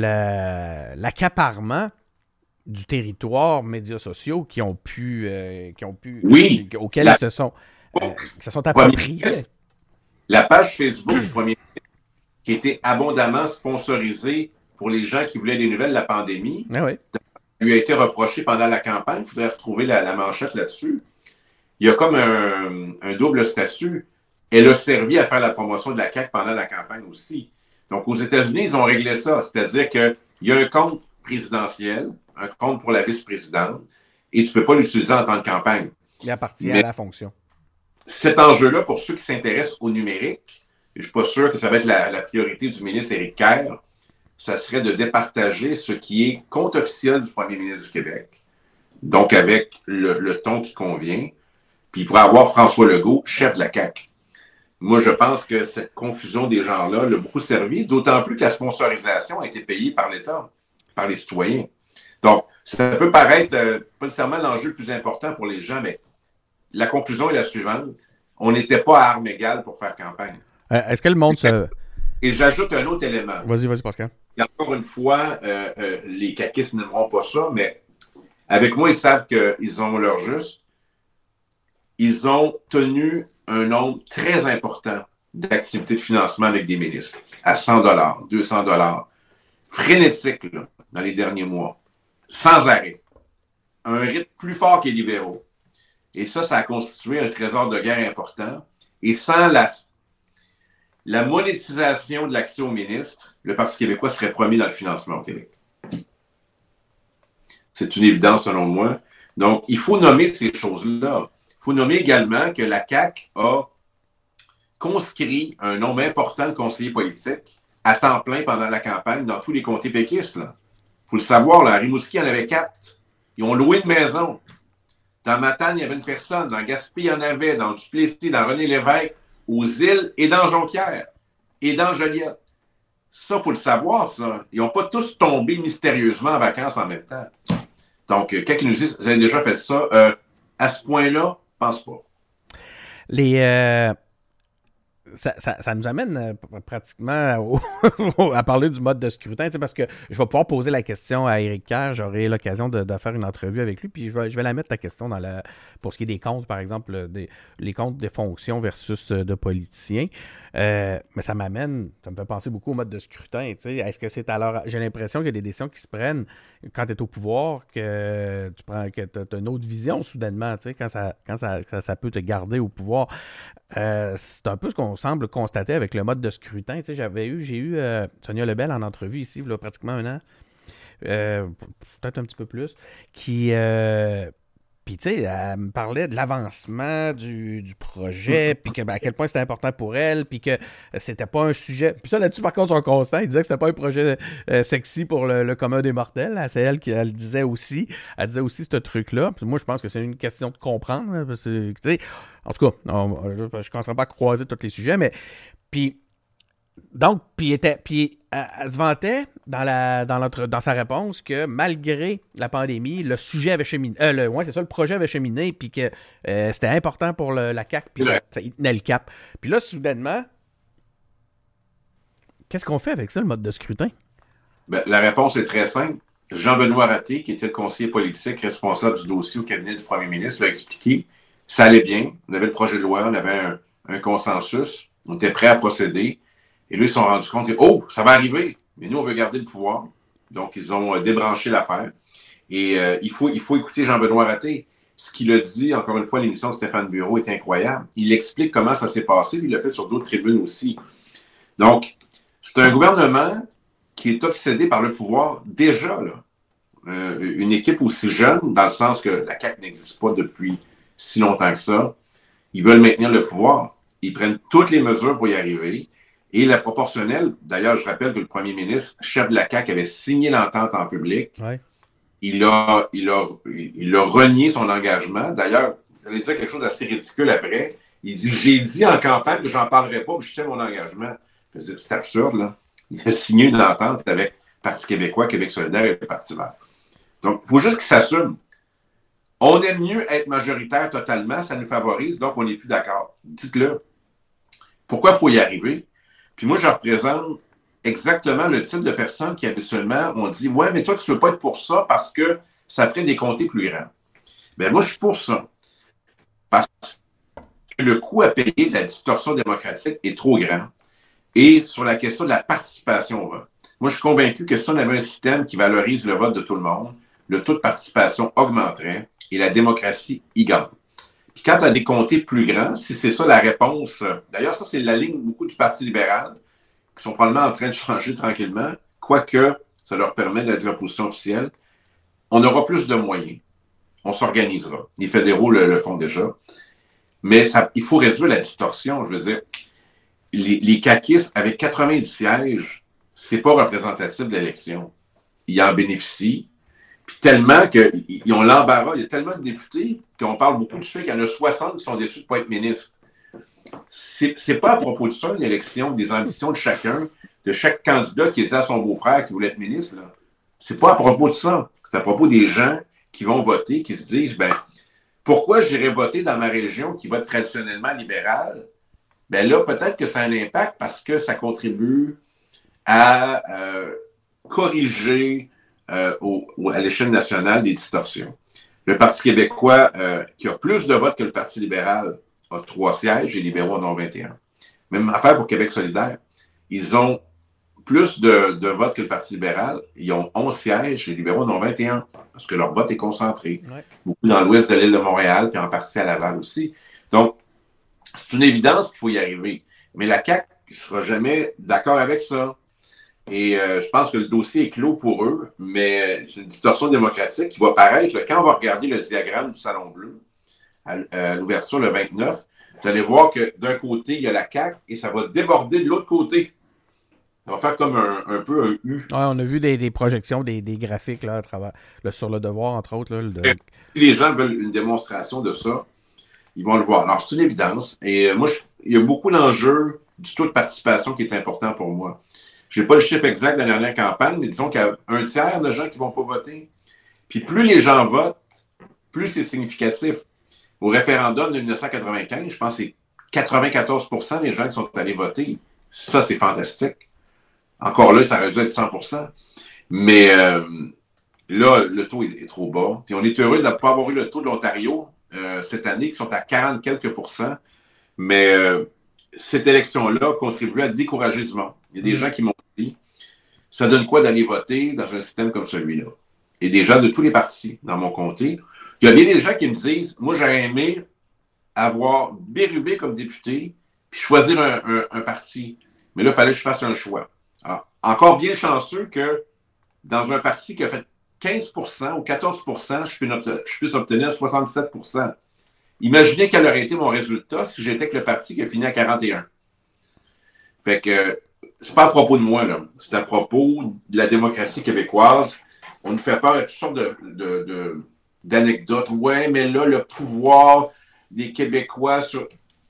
le, l'accaparement du territoire médias sociaux qui ont pu, euh, qui ont pu oui, euh, auxquels la... ils se sont, euh, se sont appropriés. La page Facebook du premier ministre, qui était abondamment sponsorisée pour les gens qui voulaient des nouvelles de la pandémie, ah oui. lui a été reproché pendant la campagne. Il faudrait retrouver la, la manchette là-dessus. Il y a comme un, un double statut. Elle a servi à faire la promotion de la C A Q pendant la campagne aussi. Donc, aux États-Unis, ils ont réglé ça. C'est-à-dire qu'il y a un compte présidentiel, un compte pour la vice-présidente, et tu ne peux pas l'utiliser en temps de campagne. Il appartient Mais à la fonction. Cet enjeu-là, pour ceux qui s'intéressent au numérique, et je ne suis pas sûr que ça va être la, la priorité du ministre Éric Kerr, ça serait de départager ce qui est compte officiel du premier ministre du Québec, donc avec le, le ton qui convient, puis il pourrait avoir François Legault, chef de la C A Q. Moi, je pense que cette confusion des genres-là l'a beaucoup servi, d'autant plus que la sponsorisation a été payée par l'État, par les citoyens. Donc, ça peut paraître euh, pas nécessairement l'enjeu le plus important pour les gens, mais la conclusion est la suivante. On n'était pas à armes égales pour faire campagne. Euh, est-ce que le monde se... Et j'ajoute un autre élément. Vas-y, vas-y, Pascal. Et encore une fois, euh, euh, les caquistes n'aimeront pas ça, mais avec moi, ils savent qu'ils ont leur juste. Ils ont tenu un nombre très important d'activités de financement avec des ministres, à cent dollars, deux cents dollars, frénétique là, dans les derniers mois, sans arrêt. Un rythme plus fort que les libéraux. Et ça, ça a constitué un trésor de guerre important. Et sans la, la monétisation de l'accès aux ministres, le Parti québécois serait promis dans le financement au Québec. C'est une évidence selon moi. Donc, il faut nommer ces choses-là. Il faut nommer également que la C A Q a conscrit un nombre important de conseillers politiques à temps plein pendant la campagne dans tous les comtés péquistes. Il faut le savoir, là, à Rimouski, il y en avait quatre. Ils ont loué une maison. Dans Matane, il y avait une personne. Dans Gaspé, il y en avait. Dans Duplessis, dans René-Lévesque, aux Îles et dans Jonquière et dans Joliette. Ça, il faut le savoir, ça. Ils n'ont pas tous tombé mystérieusement en vacances en même temps. Donc, quand ils nous disent « Vous avez déjà fait ça euh, », à ce point-là, je pense pas. Les... Euh... Ça, ça, ça nous amène euh, pratiquement au, à parler du mode de scrutin, parce que je vais pouvoir poser la question à Éric Kerr, j'aurai l'occasion de, de faire une entrevue avec lui, puis je vais, je vais la mettre, la question, dans la, pour ce qui est des comptes, par exemple, des, les comptes des fonctions versus de politiciens. Euh, mais ça m'amène, ça me fait penser beaucoup au mode de scrutin. Est-ce que c'est alors... J'ai l'impression qu'il y a des décisions qui se prennent quand tu es au pouvoir, que tu prends, que tu as une autre vision soudainement, quand, ça, quand ça, ça, ça peut te garder au pouvoir. Euh, c'est un peu ce qu'on semble constater avec le mode de scrutin. J'avais eu, j'ai eu euh, Sonia Lebel en entrevue ici, il y a pratiquement un an, euh, peut-être un petit peu plus, qui... Euh, Puis, tu sais, elle me parlait de l'avancement du, du projet, puis que, ben, à quel point c'était important pour elle, puis que c'était pas un sujet. Puis ça, là-dessus, par contre, son constat, il disait que c'était pas un projet euh, sexy pour le, le commun des mortels. C'est elle qui elle disait aussi. Elle disait aussi ce truc-là. Puis moi, je pense que c'est une question de comprendre. Là, parce que, tu sais, en tout cas, on, je ne commencerai pas à croiser tous les sujets, mais... Puis... Donc, puis, était, puis elle, elle se vantait dans, la, dans, notre, dans sa réponse que malgré la pandémie, le sujet avait cheminé, euh, le, ouais, c'est ça, le projet avait cheminé, puis que euh, c'était important pour le, la C A Q, puis ça, ça, il tenait le cap. Puis là, soudainement, qu'est-ce qu'on fait avec ça, le mode de scrutin? Ben, la réponse est très simple. Jean-Benoît Raté, qui était le conseiller politique responsable du dossier au cabinet du premier ministre, l'a expliqué. Ça allait bien. On avait le projet de loi, on avait un, un consensus, on était prêt à procéder. Et là, ils se sont rendus compte que, oh, ça va arriver, mais nous, on veut garder le pouvoir. Donc, ils ont euh, débranché l'affaire. Et euh, il, faut, il faut écouter Jean-Benoît Raté. Ce qu'il a dit, encore une fois, l'émission de Stéphane Bureau est incroyable. Il explique comment ça s'est passé, puis il l'a fait sur d'autres tribunes aussi. Donc, c'est un gouvernement qui est obsédé par le pouvoir déjà, là. Euh, une équipe aussi jeune, dans le sens que la C A Q n'existe pas depuis si longtemps que ça. Ils veulent maintenir le pouvoir. Ils prennent toutes les mesures pour y arriver. Et la proportionnelle, d'ailleurs, je rappelle que le premier ministre, chef de la C A Q, avait signé l'entente en public. Ouais. Il a, il, a, il a renié son engagement. D'ailleurs, vous allez dire quelque chose d'assez ridicule après. Il dit « J'ai dit en campagne que j'en parlerai pas, que je tiens mon engagement. » Je veux dire, c'est absurde, là. Il a signé une entente avec le Parti québécois, Québec solidaire et le Parti vert. Donc, il faut juste qu'il s'assume. On aime mieux être majoritaire totalement, ça nous favorise, donc on n'est plus d'accord. Dites-le. Pourquoi il faut y arriver? Puis moi, je représente exactement le type de personnes qui habituellement ont dit « Ouais, mais toi, tu ne veux pas être pour ça parce que ça ferait des comtés plus grands. » Bien, moi, je suis pour ça. Parce que le coût à payer de la distorsion démocratique est trop grand. Et sur la question de la participation au vote, moi, je suis convaincu que si on avait un système qui valorise le vote de tout le monde, le taux de participation augmenterait et la démocratie y gagne. Puis quand tu as des comtés plus grands, si c'est ça la réponse, d'ailleurs, ça, c'est la ligne beaucoup du Parti libéral, qui sont probablement en train de changer tranquillement, quoique ça leur permet d'être l'opposition officielle. On aura plus de moyens. On s'organisera. Les fédéraux le, le font déjà. Mais ça, il faut réduire la distorsion. Je veux dire, les, les caquistes, avec quatre-vingt-dix sièges, c'est pas représentatif de l'élection. Ils en bénéficient. Puis tellement qu'ils ont l'embarras. Il y a tellement de députés qu'on parle beaucoup du fait qu'il y en a soixante qui sont déçus de ne pas être ministres. C'est, c'est pas à propos de ça, une élection, des ambitions de chacun, de chaque candidat qui dit à son beau-frère qui voulait être ministre. Là. C'est pas à propos de ça. C'est à propos des gens qui vont voter, qui se disent, ben, pourquoi j'irais voter dans ma région qui vote traditionnellement libérale? Ben là, peut-être que ça a un impact parce que ça contribue à euh, corriger euh, au, au, à l'échelle nationale des distorsions. Le Parti québécois, euh, qui a plus de votes que le Parti libéral, a trois sièges et les libéraux en ont vingt et un. Même affaire pour Québec solidaire. Ils ont plus de, de votes que le Parti libéral. Ils ont onze sièges, les libéraux en ont vingt et un, parce que leur vote est concentré. Ouais. Beaucoup dans l'ouest de l'île de Montréal, puis en partie à Laval aussi. Donc, c'est une évidence qu'il faut y arriver. Mais la C A Q ne sera jamais d'accord avec ça. Et euh, je pense que le dossier est clos pour eux, mais c'est une distorsion démocratique qui va paraître. Là, quand on va regarder le diagramme du Salon Bleu, à, à l'ouverture le vingt-neuf, vous allez voir que d'un côté, il y a la C A Q et ça va déborder de l'autre côté. Ça va faire comme un, un peu un U. Ouais, on a vu des, des projections, des, des graphiques là, à travers, là, sur le devoir, entre autres. Là, le de... Si les gens veulent une démonstration de ça, ils vont le voir. Alors, c'est une évidence. Et euh, moi, je, il y a beaucoup d'enjeux du taux de participation qui est important pour moi. Je n'ai pas le chiffre exact de la dernière campagne, mais disons qu'il y a un tiers de gens qui ne vont pas voter. Puis plus les gens votent, plus c'est significatif. Au référendum de dix-neuf cent quatre-vingt-quinze, je pense que c'est quatre-vingt-quatorze pour cent des gens qui sont allés voter. Ça, c'est fantastique. Encore là, ça aurait dû être cent pour cent. Mais euh, là, le taux est, est trop bas. Puis on est heureux de ne pas avoir eu le taux de l'Ontario euh, cette année, qui sont à quarante quelques pourcents. Mais euh, cette élection-là a contribué à décourager du monde. Il y a des mmh. gens qui m'ont dit, ça donne quoi d'aller voter dans un système comme celui-là? Et des gens de tous les partis dans mon comté. Il y a bien des gens qui me disent, moi, j'aurais aimé avoir Bérubé comme député, puis choisir un, un, un parti. Mais là, il fallait que je fasse un choix. Alors, encore bien chanceux que dans un parti qui a fait quinze pour cent ou quatorze pour cent, je puisse, obtenir, je puisse obtenir soixante-dix-sept pour cent. Imaginez quel aurait été mon résultat si j'étais avec le parti qui a fini à quarante et un. Fait que c'est pas à propos de moi, là. C'est à propos de la démocratie québécoise. On nous fait peur à toutes sortes de, de, de, d'anecdotes. Ouais, mais là, le pouvoir des Québécois sur...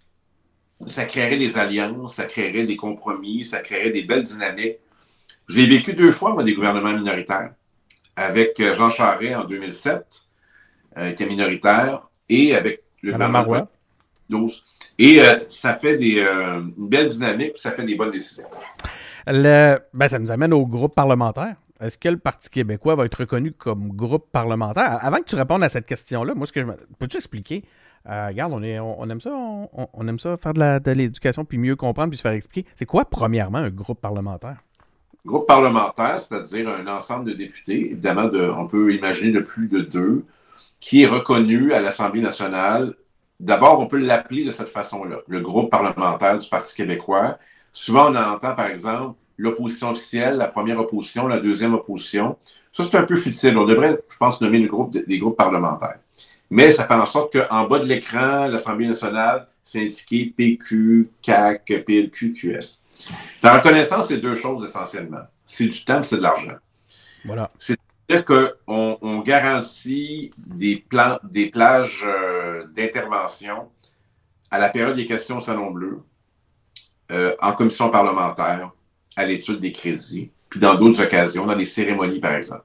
ça créerait des alliances, ça créerait des compromis, ça créerait des belles dynamiques. J'ai vécu deux fois, moi, des gouvernements minoritaires. Avec Jean Charest en deux mille sept, euh, qui était minoritaire, et avec le gouvernement douze. Et euh, ça fait des, euh, une belle dynamique, puis ça fait des bonnes décisions. Le, ben, ça nous amène au groupe parlementaire. Est-ce que le Parti québécois va être reconnu comme groupe parlementaire? Avant que tu répondes à cette question-là, moi, ce que je me... peux-tu expliquer? Euh, regarde, on, est, on, on aime ça, on, on aime ça faire de, la, de l'éducation, puis mieux comprendre, puis se faire expliquer. C'est quoi, premièrement, un groupe parlementaire? Groupe parlementaire, c'est-à-dire un ensemble de députés, évidemment, de, on peut imaginer de plus de deux, qui est reconnu à l'Assemblée nationale. D'abord, on peut l'appeler de cette façon-là, le groupe parlementaire du Parti québécois. Souvent, on entend, par exemple, l'opposition officielle, la première opposition, la deuxième opposition. Ça, c'est un peu futile. On devrait, je pense, nommer le groupe des groupes parlementaires. Mais ça fait en sorte qu'en bas de l'écran, l'Assemblée nationale, c'est indiqué P Q, C A Q, P L Q, Q S. La reconnaissance, c'est deux choses essentiellement. C'est du temps, c'est de l'argent. Voilà. C'est-à-dire qu'on on garantit des, plans, des plages euh, d'intervention à la période des questions au Salon Bleu, euh, en commission parlementaire, à l'étude des crédits, puis dans d'autres occasions, dans les cérémonies, par exemple.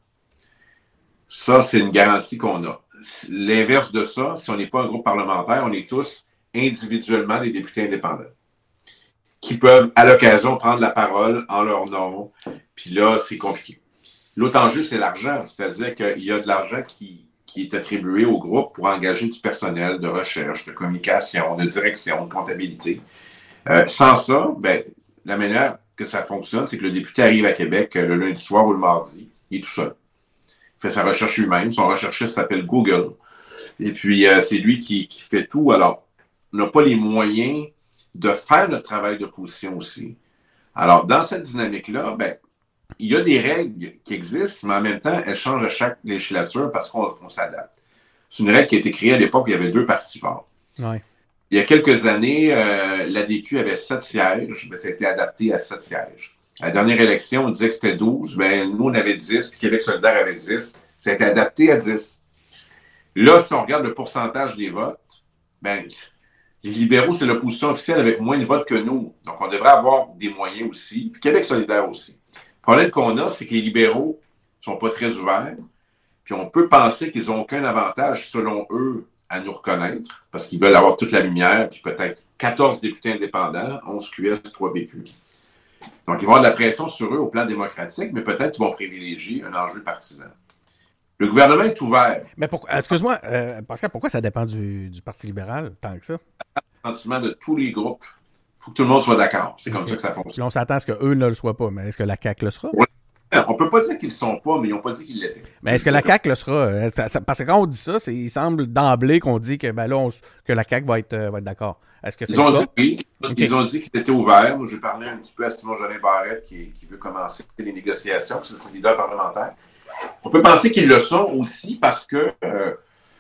Ça, c'est une garantie qu'on a. L'inverse de ça, si on n'est pas un groupe parlementaire, on est tous individuellement des députés indépendants qui peuvent, à l'occasion, prendre la parole en leur nom. Puis là, c'est compliqué. L'autre enjeu, c'est l'argent. C'est-à-dire qu'il y a de l'argent qui, qui est attribué au groupe pour engager du personnel de recherche, de communication, de direction, de comptabilité. Euh, sans ça, ben, la manière que ça fonctionne, c'est que le député arrive à Québec le lundi soir ou le mardi. Il est tout seul. Il fait sa recherche lui-même. Son recherchiste s'appelle Google. Et puis, euh, c'est lui qui, qui fait tout. Alors, on n'a pas les moyens de faire notre travail d'opposition aussi. Alors, dans cette dynamique-là, ben, il y a des règles qui existent, mais en même temps, elles changent à chaque législature parce qu'on on s'adapte. C'est une règle qui a été créée à l'époque où il y avait deux partis forts. Ouais. Il y a quelques années, euh, l'A D Q avait sept sièges, ben, ça a été adapté à sept sièges. À la dernière élection, on disait que c'était douze, ben, nous, on avait dix, puis Québec solidaire avait dix. Ça a été adapté à dix. Là, si on regarde le pourcentage des votes, ben, les libéraux, c'est l'opposition officielle avec moins de votes que nous. Donc, on devrait avoir des moyens aussi, puis Québec solidaire aussi. Le problème qu'on a, c'est que les libéraux ne sont pas très ouverts, puis on peut penser qu'ils n'ont aucun avantage, selon eux, à nous reconnaître, parce qu'ils veulent avoir toute la lumière, puis peut-être quatorze députés indépendants, onze Q S, trois B Q. Donc, ils vont avoir de la pression sur eux au plan démocratique, mais peut-être qu'ils vont privilégier un enjeu partisan. Le gouvernement est ouvert. Mais pourquoi, excuse-moi, euh, Pascal, pourquoi ça dépend du, du Parti libéral, tant que ça? Le sentiment de tous les groupes. Il faut que tout le monde soit d'accord. C'est comme okay. ça que ça fonctionne. Puis on s'attend à ce qu'eux ne le soient pas, mais est-ce que la C A Q le sera? Oui. On ne peut pas dire qu'ils ne le sont pas, mais ils n'ont pas dit qu'ils l'étaient. Mais est-ce que la C A Q le sera? Ça, ça, parce que quand on dit ça, c'est, il semble d'emblée qu'on dit que, ben là, on, que la C A Q va être, euh, va être d'accord. Est-ce que c'est ils ont le dit cas? oui. Okay. Ils ont dit qu'ils étaient ouverts. Moi, je vais parler un petit peu à Simon Jolin Barrette qui, qui veut commencer les négociations, parce que c'est le leader parlementaire. On peut penser qu'ils le sont aussi parce que euh,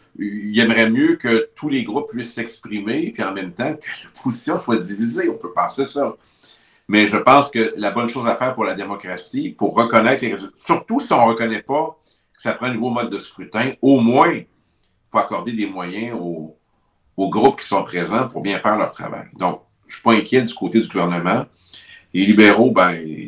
il aimerait mieux que tous les groupes puissent s'exprimer, puis en même temps que l'opposition soit divisée. On peut penser ça. Mais je pense que la bonne chose à faire pour la démocratie, pour reconnaître les résultats, surtout si on ne reconnaît pas que ça prend un nouveau mode de scrutin, au moins, il faut accorder des moyens aux, aux groupes qui sont présents pour bien faire leur travail. Donc, je ne suis pas inquiet du côté du gouvernement. Les libéraux, ben,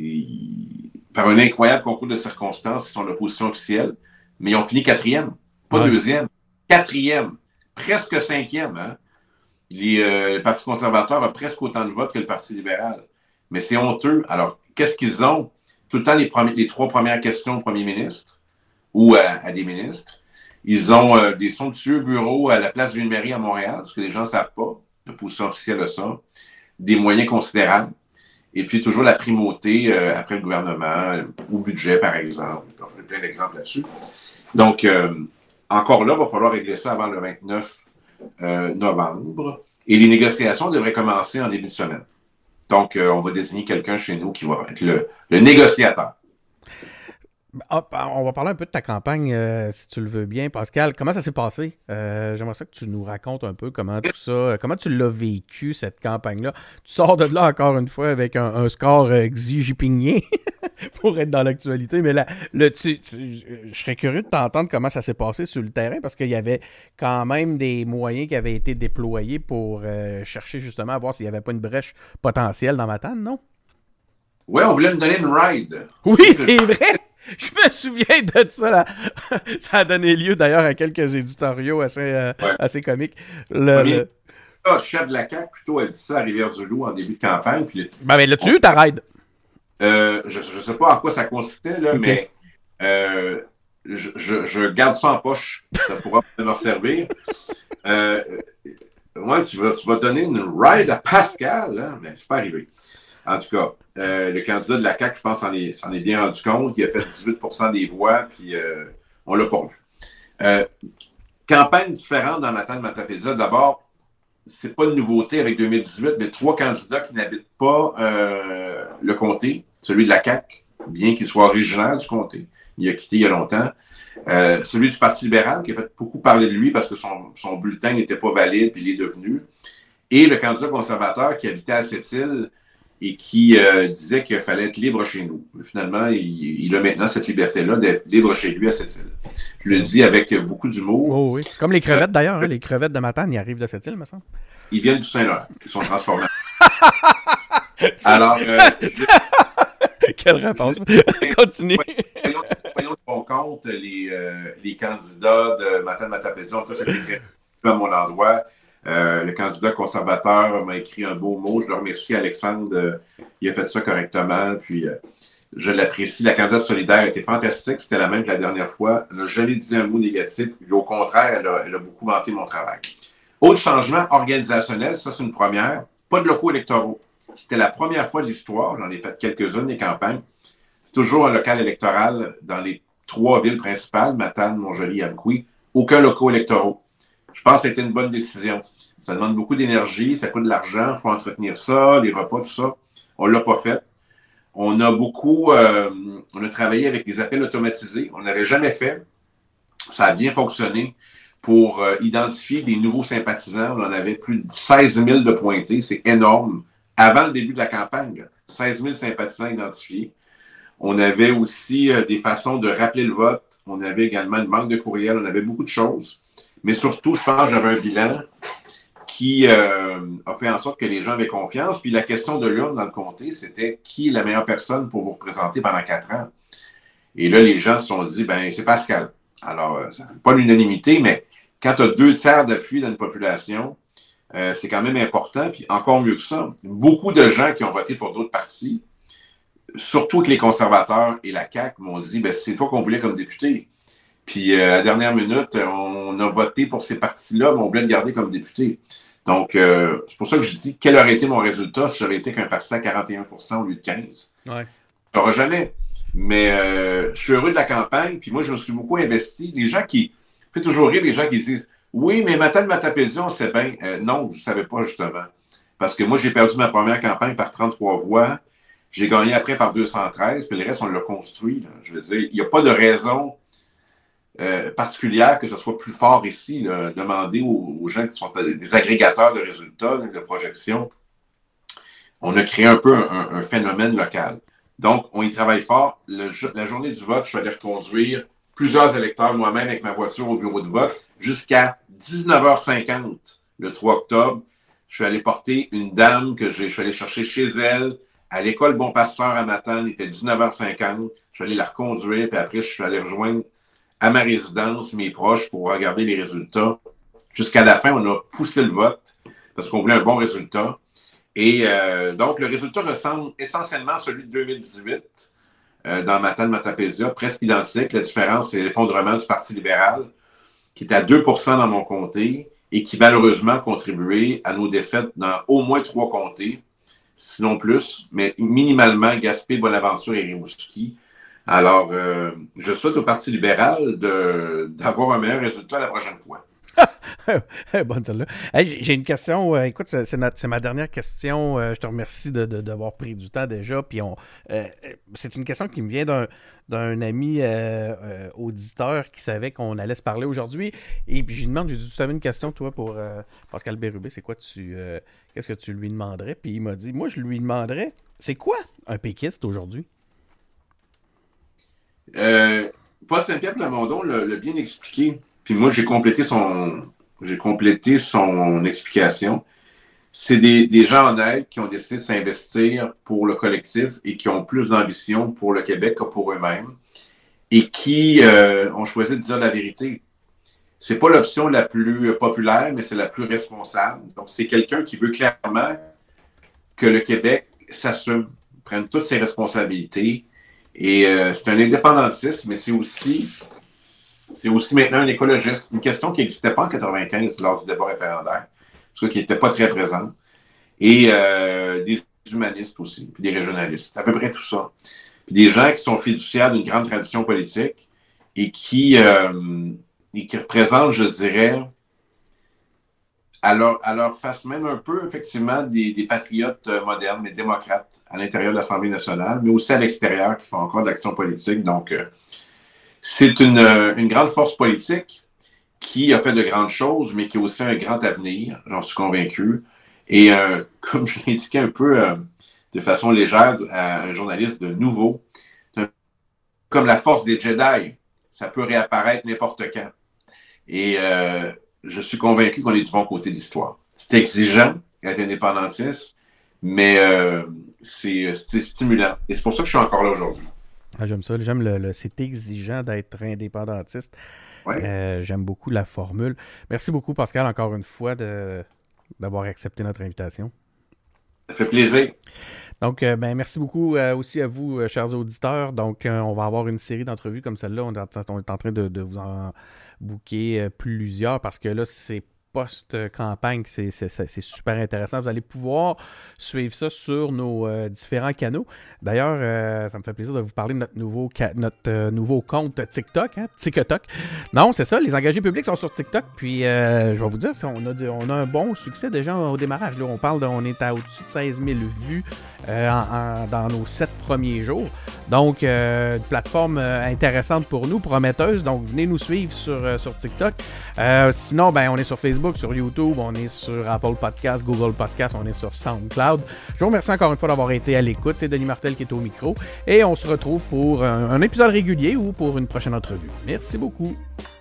ils, par un incroyable concours de circonstances, ils sont l'opposition officielle, mais ils ont fini quatrième, pas ouais. deuxième, quatrième, presque cinquième. Hein? Les, euh, le Parti conservateur a presque autant de votes que le Parti libéral. Mais c'est honteux. Alors, qu'est-ce qu'ils ont? Tout le temps, les, premiers, les trois premières questions au premier ministre ou à, à des ministres. Ils ont euh, des somptueux bureaux à la place d'une mairie à Montréal, ce que les gens ne savent pas. L'opposition officielle a ça. Des moyens considérables. Et puis, toujours la primauté euh, après le gouvernement, euh, au budget, par exemple. Il y a plein d'exemples là-dessus. Donc, euh, encore là, il va falloir régler ça avant le vingt-neuf euh, novembre. Et les négociations devraient commencer en début de semaine. Donc, euh, on va désigner quelqu'un chez nous qui va être le, le négociateur. Hop, on va parler un peu de ta campagne, euh, si tu le veux bien, Pascal. Comment ça s'est passé? Euh, j'aimerais ça que tu nous racontes un peu comment tout ça, comment tu l'as vécu, cette campagne-là. Tu sors de là, encore une fois, avec un, un score euh, Xi Jinpingien pour être dans l'actualité. Mais là, là tu, tu, je serais curieux de t'entendre comment ça s'est passé sur le terrain, parce qu'il y avait quand même des moyens qui avaient été déployés pour euh, chercher justement à voir s'il n'y avait pas une brèche potentielle dans Matane, non? Oui, on voulait me donner une ride. Oui, c'est vrai! Je me souviens de ça. Là. Ça a donné lieu d'ailleurs à quelques éditoriaux assez, euh, ouais. assez comiques. Le, le... Ah, chef de la C A Q, plutôt, elle dit ça à Rivière-du-Loup en début de campagne. Puis le... Ben, mais l'as-tu eu ta ride? Euh, je ne sais pas à quoi ça consistait, là, okay. mais euh, je, je, je garde ça en poche. Ça pourra me servir. Euh, ouais, tu vas, tu vas donner une ride à Pascal, hein? Mais c'est pas arrivé. En tout cas, euh, le candidat de la C A Q, je pense, s'en est, s'en est bien rendu compte. Il a fait dix-huit pour cent des voix, puis euh, on ne l'a pas vu. Euh, campagne différente dans Matane-Matapédia. D'abord, c'est pas une nouveauté avec deux mille dix-huit, mais trois candidats qui n'habitent pas euh, le comté, celui de la C A Q, bien qu'il soit originaire du comté. Il a quitté il y a longtemps. Euh, celui du Parti libéral, qui a fait beaucoup parler de lui parce que son, son bulletin n'était pas valide, puis il est devenu. Et le candidat conservateur qui habitait à Sept-Îles, et qui euh, disait qu'il fallait être libre chez nous. Mais finalement, il, il a maintenant cette liberté-là d'être libre chez lui à Sept-Îles. Je le dis avec beaucoup d'humour. Oh oui, comme les crevettes d'ailleurs. Hein, les crevettes de Matane, ils arrivent de Sept-Îles, me semble. Ils viennent du Saint-Laurent. Ils sont transformés. Alors, euh, je... quelle réponse. Continue. Voyons, voyons de bon compte, les, euh, les candidats de Matane-Matapédia ont tous été très à mon endroit. Euh, le candidat conservateur m'a écrit un beau mot. Je le remercie, Alexandre. Euh, il a fait ça correctement. Puis, euh, je l'apprécie. La candidate solidaire a été fantastique. C'était la même que la dernière fois. Elle n'a jamais dit un mot négatif. Puis, au contraire, elle a, elle a beaucoup vanté mon travail. Autre changement organisationnel, ça, c'est une première. Pas de locaux électoraux. C'était la première fois de l'histoire. J'en ai fait quelques-unes, des campagnes. C'est toujours un local électoral dans les trois villes principales, Matane, Montjoly et Amqui. Aucun locaux électoraux. Je pense que c'était une bonne décision. Ça demande beaucoup d'énergie, ça coûte de l'argent, il faut entretenir ça, les repas, tout ça. On ne l'a pas fait. On a beaucoup, euh, on a travaillé avec des appels automatisés. On n'avait jamais fait. Ça a bien fonctionné pour euh, identifier des nouveaux sympathisants. On en avait plus de seize mille de pointés. C'est énorme. Avant le début de la campagne, là, seize mille sympathisants identifiés. On avait aussi euh, des façons de rappeler le vote. On avait également une banque de courriel. On avait beaucoup de choses. Mais surtout, je pense que j'avais un bilan qui euh, a fait en sorte que les gens avaient confiance. Puis la question de l'urne dans le comté, c'était qui est la meilleure personne pour vous représenter pendant quatre ans? Et là, les gens se sont dit, ben c'est Pascal. Alors, euh, ça ne fait pas l'unanimité, mais quand tu as deux tiers d'appui dans une population, euh, c'est quand même important. Puis encore mieux que ça, beaucoup de gens qui ont voté pour d'autres partis, surtout que les conservateurs et la C A Q m'ont dit, ben c'est toi qu'on voulait comme député. Puis euh, à la dernière minute, on a voté pour ces partis-là, mais on voulait le garder comme député. Donc, euh, c'est pour ça que je dis, quel aurait été mon résultat si j'avais été qu'un parti à quarante et un pour cent au lieu de quinze? Ouais. Je n'aurai jamais. Mais euh, je suis heureux de la campagne, puis moi, je me suis beaucoup investi. Les gens qui... fait toujours rire les gens qui disent « Oui, mais Matane Matapédia, on sait bien. Euh, » Non, je ne savais pas, justement. Parce que moi, j'ai perdu ma première campagne par trente-trois voix. J'ai gagné après par deux cent treize, puis le reste, on l'a construit. Là. Je veux dire, il n'y a pas de raison euh, particulière que ce soit plus fort ici. Là. Demandez aux, aux gens qui sont des agrégateurs de résultats, de projections. On a créé un peu un, un phénomène local. Donc, on y travaille fort. Le, la journée du vote, je suis allé reconduire plusieurs électeurs moi-même avec ma voiture au bureau de vote jusqu'à dix-neuf heures cinquante le trois octobre. Je suis allé porter une dame que je suis allé chercher chez elle à l'école Bon Pasteur à Matane. Il était dix-neuf heures cinquante. Je suis allé la reconduire, puis après, je suis allé rejoindre à ma résidence mes proches pour regarder les résultats. Jusqu'à la fin, on a poussé le vote parce qu'on voulait un bon résultat. Et euh, donc, le résultat ressemble essentiellement à celui de deux mille dix-huit euh, dans Matane Matapédia, presque identique. La différence, c'est l'effondrement du Parti libéral, qui est à deux pour cent dans mon comté et qui, malheureusement, a contribué à nos défaites dans au moins trois comtés, sinon plus, mais minimalement Gaspé, Bonaventure et Rimouski. Alors, euh, je souhaite au Parti libéral de, d'avoir un meilleur résultat la prochaine fois. Bonne celle-là. Hey, j'ai une question. Euh, écoute, c'est, c'est, notre, c'est ma dernière question. Euh, je te remercie de, de, d'avoir pris du temps déjà. Puis on, euh, c'est une question qui me vient d'un, d'un ami euh, euh, auditeur qui savait qu'on allait se parler aujourd'hui. Et puis je lui demande, j'ai dit, tu avais une question, toi, pour euh, Pascal Bérubé, c'est quoi tu, euh, qu'est-ce que tu lui demanderais? Puis il m'a dit, moi, je lui demanderais, c'est quoi un péquiste aujourd'hui? Euh, Paul Saint-Pierre Plamondon l'a, l'a bien expliqué. Puis moi, j'ai complété son, j'ai complété son explication. C'est des, des gens en aide qui ont décidé de s'investir pour le collectif et qui ont plus d'ambition pour le Québec que pour eux-mêmes et qui euh, ont choisi de dire la vérité. C'est pas l'option la plus populaire, mais c'est la plus responsable. Donc, c'est quelqu'un qui veut clairement que le Québec s'assume, prenne toutes ses responsabilités. Et euh, c'est un indépendantiste, mais c'est aussi... C'est aussi maintenant un écologiste. Une question qui n'existait pas en quatre-vingt-quinze lors du débat référendaire, en tout cas qui n'était pas très présente. Et euh, des humanistes aussi, puis des régionalistes. À peu près tout ça. Puis des gens qui sont fiduciaires d'une grande tradition politique et qui, euh, et qui représentent, je dirais, à leur, à leur face même un peu, effectivement, des, des patriotes modernes, mais démocrates à l'intérieur de l'Assemblée nationale, mais aussi à l'extérieur qui font encore de l'action politique. Donc, euh, c'est une, une grande force politique qui a fait de grandes choses, mais qui a aussi un grand avenir, j'en suis convaincu. Et euh, comme je l'ai indiqué un peu euh, de façon légère à un journaliste de Nouveau, un, comme la force des Jedi, ça peut réapparaître n'importe quand. Et euh, je suis convaincu qu'on est du bon côté de l'histoire. C'est exigeant d'être indépendantiste, mais euh, c'est, c'est stimulant. Et c'est pour ça que je suis encore là aujourd'hui. Ah, j'aime ça. J'aime le, le c'est exigeant d'être indépendantiste. Ouais. Euh, j'aime beaucoup la formule. Merci beaucoup, Pascal, encore une fois, de, d'avoir accepté notre invitation. Ça fait plaisir. Donc, euh, ben, merci beaucoup euh, aussi à vous, euh, chers auditeurs. Donc, euh, on va avoir une série d'entrevues comme celle-là. On est, on est en train de, de vous en booker euh, plusieurs parce que là, c'est post-campagne. C'est, c'est, c'est super intéressant. Vous allez pouvoir suivre ça sur nos euh, différents canaux. D'ailleurs, euh, ça me fait plaisir de vous parler de notre nouveau, ca- notre, euh, nouveau compte TikTok, hein, TikTok. Non, c'est ça, les engagés publics sont sur TikTok. Puis, euh, je vais vous dire, on a, de, on a un bon succès déjà au démarrage. Là, on parle de, on est à au-dessus de seize mille vues euh, en, en, dans nos sept premiers jours. Donc, euh, une plateforme euh, intéressante pour nous, prometteuse. Donc, venez nous suivre sur, euh, sur TikTok. Euh, sinon, ben, on est sur Facebook, sur YouTube, on est sur Apple Podcast, Google Podcast, on est sur SoundCloud. Je vous remercie encore une fois d'avoir été à l'écoute. C'est Denis Martel qui est au micro. Et on se retrouve pour un, un épisode régulier ou pour une prochaine entrevue. Merci beaucoup.